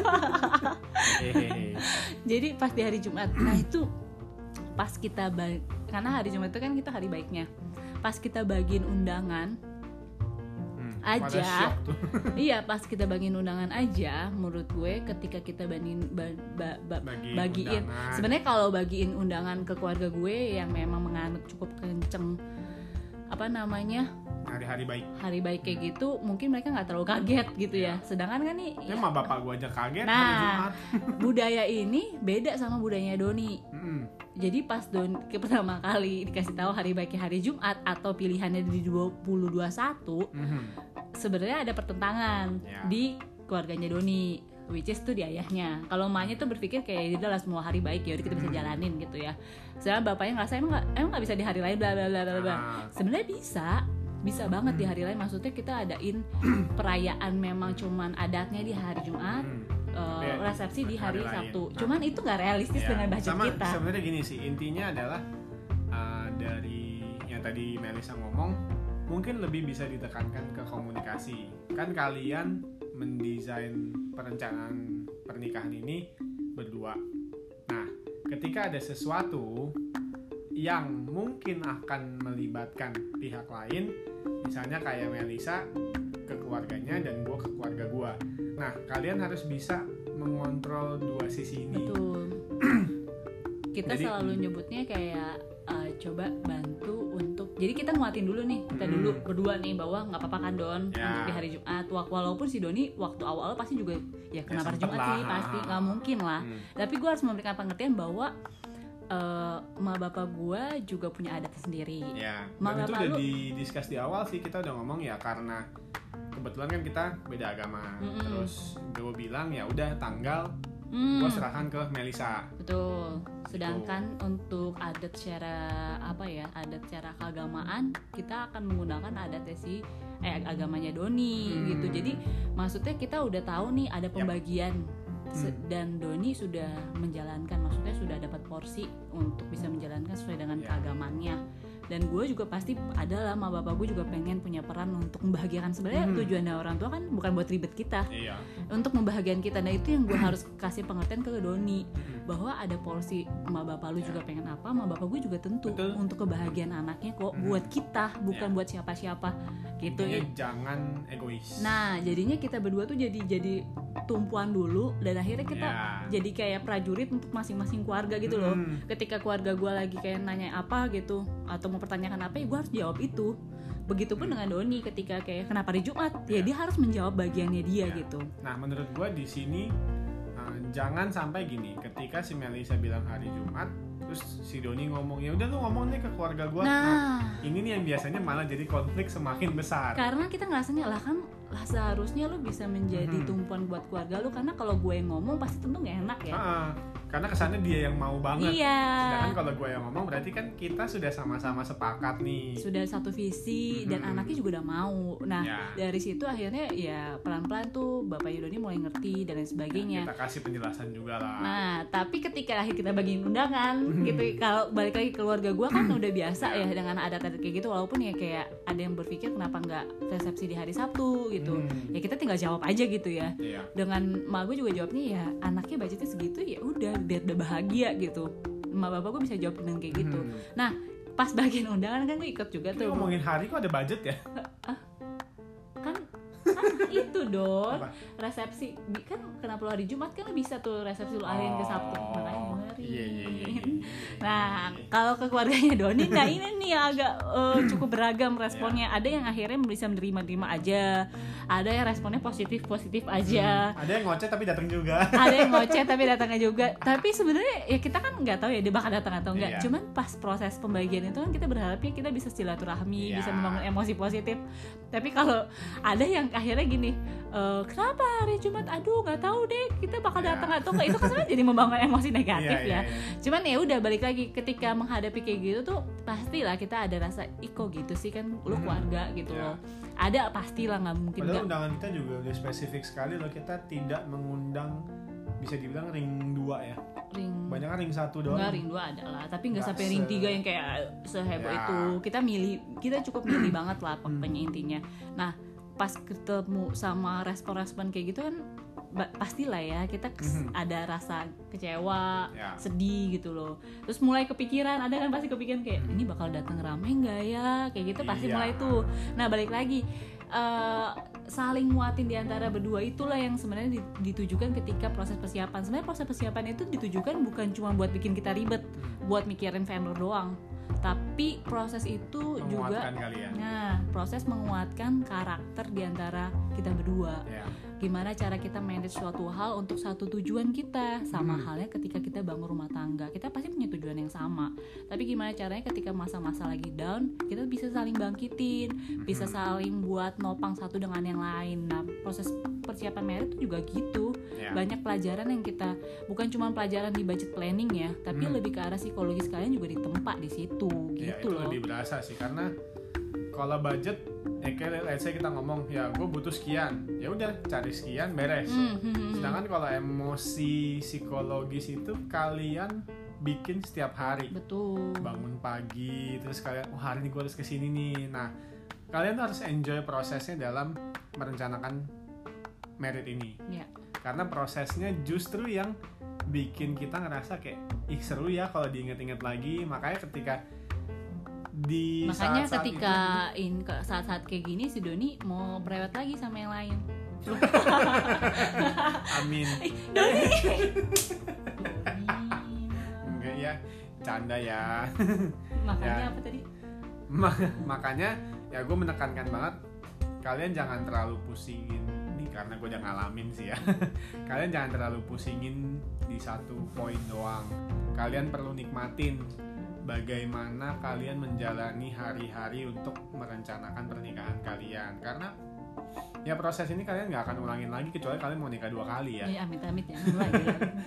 Jadi pas di hari Jumat, nah itu pas kita ba- karena hari Jumat itu kan kita hari baiknya. Pas kita bagiin undangan hmm, aja. Iya, pas kita bagiin undangan aja, menurut gue ketika kita bandingin ba- ba- ba- bagiin, bagiin sebenarnya kalau bagiin undangan ke keluarga gue yang memang menganut cukup kenceng apa namanya hari-hari baik hari baik kayak gitu, mungkin mereka nggak terlalu kaget gitu ya, ya. Sedangkan kan nih ya, ya mah bapak gue aja kaget nah, hari Jumat. Budaya ini beda sama budayanya Doni. hmm. Jadi pas Doni pertama kali dikasih tahu hari baiknya hari Jumat atau pilihannya di dua ribu dua puluh satu, hmm. sebenarnya ada pertentangan ya. Di keluarganya Doni, which is tuh di ayahnya. Kalau emaknya tuh berpikir kayak udah lah semua hari baik ya udah kita bisa jalanin gitu ya. Sedangkan bapaknya ngerasa emang nggak emang nggak bisa di hari lain bla bla bla bla. Sebenarnya bisa, bisa banget di hari lain. Maksudnya kita adain perayaan memang cuman adatnya di hari Jumat, uh, resepsi di hari, hari Sabtu. Nah, cuman itu nggak realistis ya, dengan budget sama, kita. Sebenarnya gini sih, intinya adalah uh, dari yang tadi Melisa ngomong, mungkin lebih bisa ditekankan ke komunikasi. Kan kalian mendesain perencanaan pernikahan ini berdua. Nah, ketika ada sesuatu yang mungkin akan melibatkan pihak lain, misalnya kayak Melisa ke keluarganya dan gue ke keluarga gue. Nah, kalian harus bisa mengontrol dua sisi ini. Betul. Kita Jadi, selalu nyebutnya kayak uh, coba bantu untuk. Jadi kita nguatin dulu nih, kita hmm. dulu berdua nih bahwa nggak apa-apa kan Don ya. Untuk di hari Jumat. Walaupun si Doni waktu awal pasti juga ya kenapa ya, Jumat lah. Sih pasti nggak mungkin lah. Hmm. Tapi gue harus memberikan pengertian bahwa Uh, ma bapak gue juga punya adatnya sendiri. Ya, dan itu udah lu, didiskus di awal sih, kita udah ngomong ya karena kebetulan kan kita beda agama. Mm-mm. Terus gue bilang ya udah tanggal Hmm. gue serahkan ke Melisa. Betul. Sedangkan gitu. Untuk adat secara apa ya, adat secara keagamaan kita akan menggunakan adatnya si eh agamanya Doni hmm. gitu. Jadi maksudnya kita udah tahu nih ada pembagian yep. hmm. dan Doni sudah menjalankan, maksudnya sudah dapat porsi untuk bisa menjalankan sesuai dengan yeah. keagamannya. Dan gue juga pasti adalah sama bapak gue juga pengen punya peran untuk membahagiakan. Sebenarnya hmm. tujuannya orang tua kan bukan buat ribet kita, iya. untuk membahagiakan kita. Nah itu yang gue harus kasih pengertian ke Doni bahwa ada porsi sama bapak lu juga pengen apa, sama bapak gue juga tentu Betul. Untuk kebahagiaan anaknya kok, hmm. buat kita bukan ya. Buat siapa-siapa gitu ya. Jangan egois. Nah jadinya kita berdua tuh jadi jadi tumpuan dulu dan akhirnya kita ya. Jadi kayak prajurit untuk masing-masing keluarga gitu loh. hmm. Ketika keluarga gue lagi kayak nanya apa gitu atau mau pertanyakan apa ya gue harus jawab itu. Begitupun hmm. dengan Doni ketika kayak kenapa hari Jumat ya, ya dia harus menjawab bagiannya dia ya. Gitu. Nah menurut gue di sini uh, jangan sampai gini, ketika si Melisa bilang hari Jumat terus si Doni ngomong ya udah lu ngomong nih ke keluarga gue. Nah, nah ini nih yang biasanya malah jadi konflik semakin besar. Karena kita ngerasanya lah kan lah seharusnya lu bisa menjadi hmm. tumpuan buat keluarga lu, karena kalau gue yang ngomong pasti tentu nggak enak ya. Ha-ha. Karena kesannya dia yang mau banget. Iya. Sedangkan kalau gue yang ngomong berarti kan kita sudah sama-sama sepakat nih. Sudah satu visi hmm. dan anaknya juga udah mau. Nah ya. Dari situ akhirnya ya pelan-pelan tuh Bapak Yudoni mulai ngerti dan lain sebagainya. Ya, kita kasih penjelasan juga lah. Nah tapi ketika akhir kita bagiin undangan gitu, kalau balik lagi keluarga gue kan udah biasa ya dengan adat-adat kayak gitu. Walaupun ya kayak ada yang berpikir kenapa nggak resepsi di hari Sabtu gitu. Hmm. Ya kita tinggal jawab aja gitu ya. Iya. Dengan mak gue juga jawabnya ya anaknya budgetnya segitu ya udah biar udah bahagia gitu. Emak bapak gue bisa jawab dengan kayak gitu. Hmm. Nah pas bagian undangan kan gue ikut juga tuh. Ini ngomongin hari kok ada budget ya? Ah, kan kan itu dong. Apa? Resepsi kan kenapa lo hari Jumat kan lo bisa tuh resepsi lo arahin ke Sabtu. Makanya dengerin. Iya, iya, iya, iya. Nah kalau ke keluarganya Doni, nah ini nih yang agak uh, cukup beragam responnya. Ada yang akhirnya bisa menerima-terima aja, ada yang responnya positif-positif aja. Hmm, ada yang ngoceh tapi datang juga. Ada yang ngoceh tapi datangnya juga. Tapi sebenarnya ya kita kan nggak tahu ya dia bakal datang atau enggak. Iya. Cuman pas proses pembagian itu kan kita berharapnya kita bisa silaturahmi, iya. bisa membangun emosi positif. Tapi kalau ada yang akhirnya gini, e, kenapa hari Jumat? Aduh nggak tahu deh, kita bakal datang yeah. atau nggak, itu kan sebenarnya jadi membangun emosi negatif yeah, ya. Yeah, yeah. Cuman ya udah balik lagi ketika menghadapi kayak gitu tuh pastilah kita ada rasa iko gitu sih kan, lu keluarga gitu yeah. loh. Ada pastilah nggak mungkin. Padahal gak. Undangan kita juga udah spesifik sekali loh, kita tidak mengundang bisa dibilang ring dua ya. Ring. Banyak kan ring satu doang. Enggak, ring dua ada lah, tapi nggak sampai se- ring tiga yang kayak seheboh ya. Itu. Kita milih, kita cukup milih banget lah pokoknya intinya. Nah pas ketemu sama respon-respon kayak gitu kan ba- pastilah ya kita kes- mm-hmm. ada rasa kecewa, yeah. sedih gitu loh. Terus mulai kepikiran, ada kan pasti kepikiran kayak ini bakal datang rame nggak ya, kayak gitu pasti yeah. mulai tuh. Nah balik lagi uh, saling muatin di antara berdua itulah yang sebenarnya ditujukan ketika proses persiapan. Sebenarnya proses persiapan itu ditujukan bukan cuma buat bikin kita ribet, buat mikirin vendor doang. Tapi proses itu juga kalian. Nah, proses menguatkan karakter di antara kita berdua. Yeah. Gimana cara kita manage suatu hal untuk satu tujuan kita. Sama hmm. halnya ketika kita bangun rumah tangga, kita pasti punya tujuan yang sama. Tapi gimana caranya ketika masa-masa lagi down, kita bisa saling bangkitin, hmm. bisa saling buat nopang satu dengan yang lain. Nah, proses persiapan marriage itu juga gitu. Yeah. Banyak pelajaran yang kita, bukan cuma pelajaran di budget planning ya, tapi hmm. lebih ke arah psikologis kalian juga ditempa di situ. Gitu ya, itu loh. Lebih berasa sih, karena kalau budget eh kayak let's say kita ngomong ya gue butuh sekian, ya udah cari sekian beres. Mm-hmm. Sedangkan kalau emosi psikologis itu kalian bikin setiap hari. Betul. Bangun pagi terus kalian oh hari ini gue harus kesini nih. Nah kalian tuh harus enjoy prosesnya dalam merencanakan married ini. Yeah. Karena prosesnya justru yang bikin kita ngerasa kayak ih seru ya kalau diinget-inget lagi. Makanya ketika di makanya saat-saat ketika itu, in saat-saat kayak gini si Doni mau berewet lagi sama yang lain. Amin. Doni. Enggak ya, canda ya. Makanya ya. apa tadi? Ma- makanya ya gue menekankan banget kalian jangan terlalu pusingin nih, karena gue udah ngalamin sih ya. Kalian jangan terlalu pusingin di satu poin doang. Kalian perlu nikmatin bagaimana kalian menjalani hari-hari untuk merencanakan pernikahan kalian. Karena ya proses ini kalian nggak akan ulangin lagi kecuali kalian mau nikah dua kali ya. Ya amit-amit ya mulai.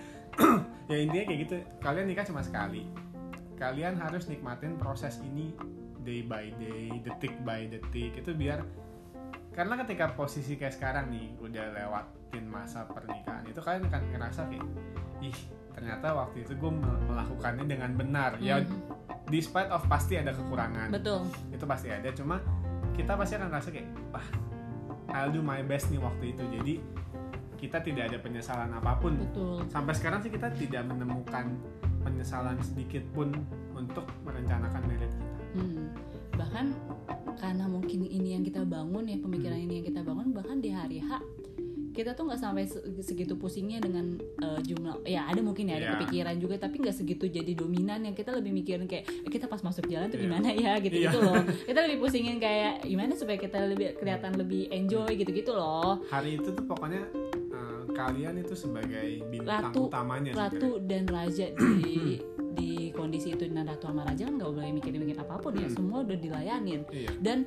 Ya intinya kayak gitu, kalian nikah cuma sekali. Kalian harus nikmatin proses ini day by day, detik by detik, itu biar, karena ketika posisi kayak sekarang nih udah lewatin masa pernikahan, itu kalian akan ngerasa kayak, ih ternyata waktu itu gue melakukannya dengan benar. Ya Mm-hmm. despite of pasti ada kekurangan. Betul. Itu pasti ada, cuma kita pasti akan ngerasa kayak, wah I'll do my best nih waktu itu. Jadi kita tidak ada penyesalan apapun. Betul. Sampai sekarang sih kita tidak menemukan penyesalan sedikit pun untuk merencanakan marriage kita. Hmm. Bahkan karena mungkin ini yang kita bangun ya, pemikiran Hmm. ini yang kita bangun, bahkan di hari H kita tuh nggak sampai segitu pusingnya dengan uh, jumlah, ya ada mungkin ya ada Yeah. kepikiran juga, tapi nggak segitu jadi dominan. Yang kita lebih mikirin kayak eh, kita pas masuk jalan tuh Yeah. gimana ya gitu gitu Yeah. loh. Kita lebih pusingin kayak gimana supaya kita lebih kelihatan lebih enjoy gitu gitu loh. Hari itu tuh pokoknya uh, kalian itu sebagai bintang Ratu, utamanya Ratu dan Raja di di kondisi itu, dan Ratu sama Raja kan nggak boleh mikir-mikir apapun ya, Hmm. semua udah dilayanin. Iya. Dan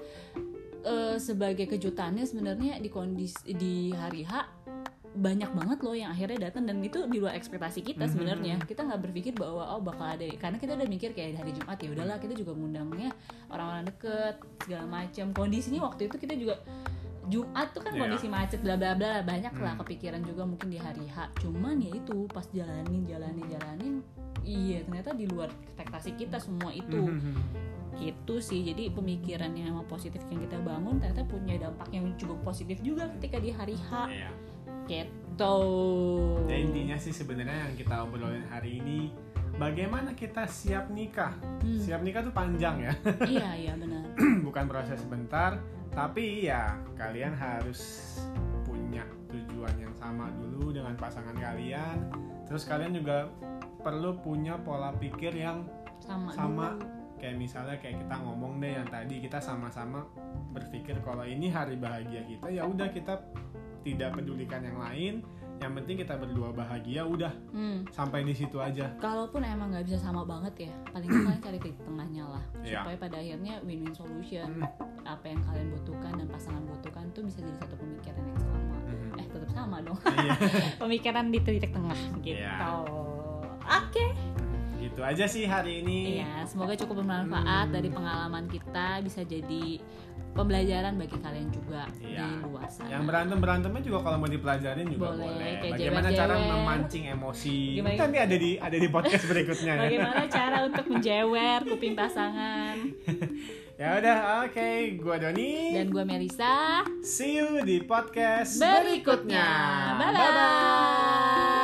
uh, sebagai kejutannya sebenarnya di kondisi di hari H banyak banget loh yang akhirnya datang, dan itu di luar ekspektasi kita Mm-hmm. sebenarnya. Kita nggak berpikir bahwa oh bakal ada, karena kita udah mikir kayak hari Jumat ya udahlah kita juga ngundangnya orang-orang deket segala macam. Kondisinya waktu itu kita juga Jumat tuh kan Yeah. kondisi macet bla bla bla banyak lah Hmm. kepikiran juga mungkin di hari H. Cuman ya itu pas jalanin jalanin jalanin iya ternyata di luar ekspektasi kita semua itu. Mhm. Gitu sih. Jadi pemikiran yang emang positif yang kita bangun ternyata punya dampak yang cukup positif juga ketika di hari H. Iya. Gitu. Ya intinya sih sebenarnya yang kita obrolin hari ini, bagaimana kita siap nikah. Hmm. Siap nikah tuh panjang ya. Iya iya benar. Bukan proses sebentar, tapi ya kalian harus punya tujuan yang sama dulu dengan pasangan kalian. Terus kalian juga perlu punya pola pikir yang Sama. sama. dulu. Kayak misalnya kayak kita ngomong deh yang tadi, kita sama-sama berpikir kalau ini hari bahagia kita, ya udah kita tidak pedulikan yang lain, yang penting kita berdua bahagia, udah Hmm. sampai di situ aja. Kalaupun emang nggak bisa sama banget ya, paling nggak kalian cari titik tengahnya lah, Iya. supaya pada akhirnya win-win solution. Hmm. Apa yang kalian butuhkan dan pasangan butuhkan tuh bisa jadi satu pemikiran yang sama. Mhm. Eh tetap sama dong. Iya. Pemikiran di titik tengah gitu. Iya. Oke. Gitu aja sih hari ini. Iya, semoga cukup bermanfaat. Hmm. Dari pengalaman kita bisa jadi pembelajaran bagi kalian juga Iya. di luar sana. Yang berantem-berantemnya juga kalau mau dipelajarin juga Boleh, boleh. kayak Bagaimana cara jewer-jewer. memancing emosi? Gimana- Nanti ada di ada di podcast berikutnya ya. Bagaimana cara untuk menjewer kuping pasangan? Ya udah, oke, gua Doni. Dan gue Melisa. See you di podcast Berikutnya. berikutnya. Bye bye.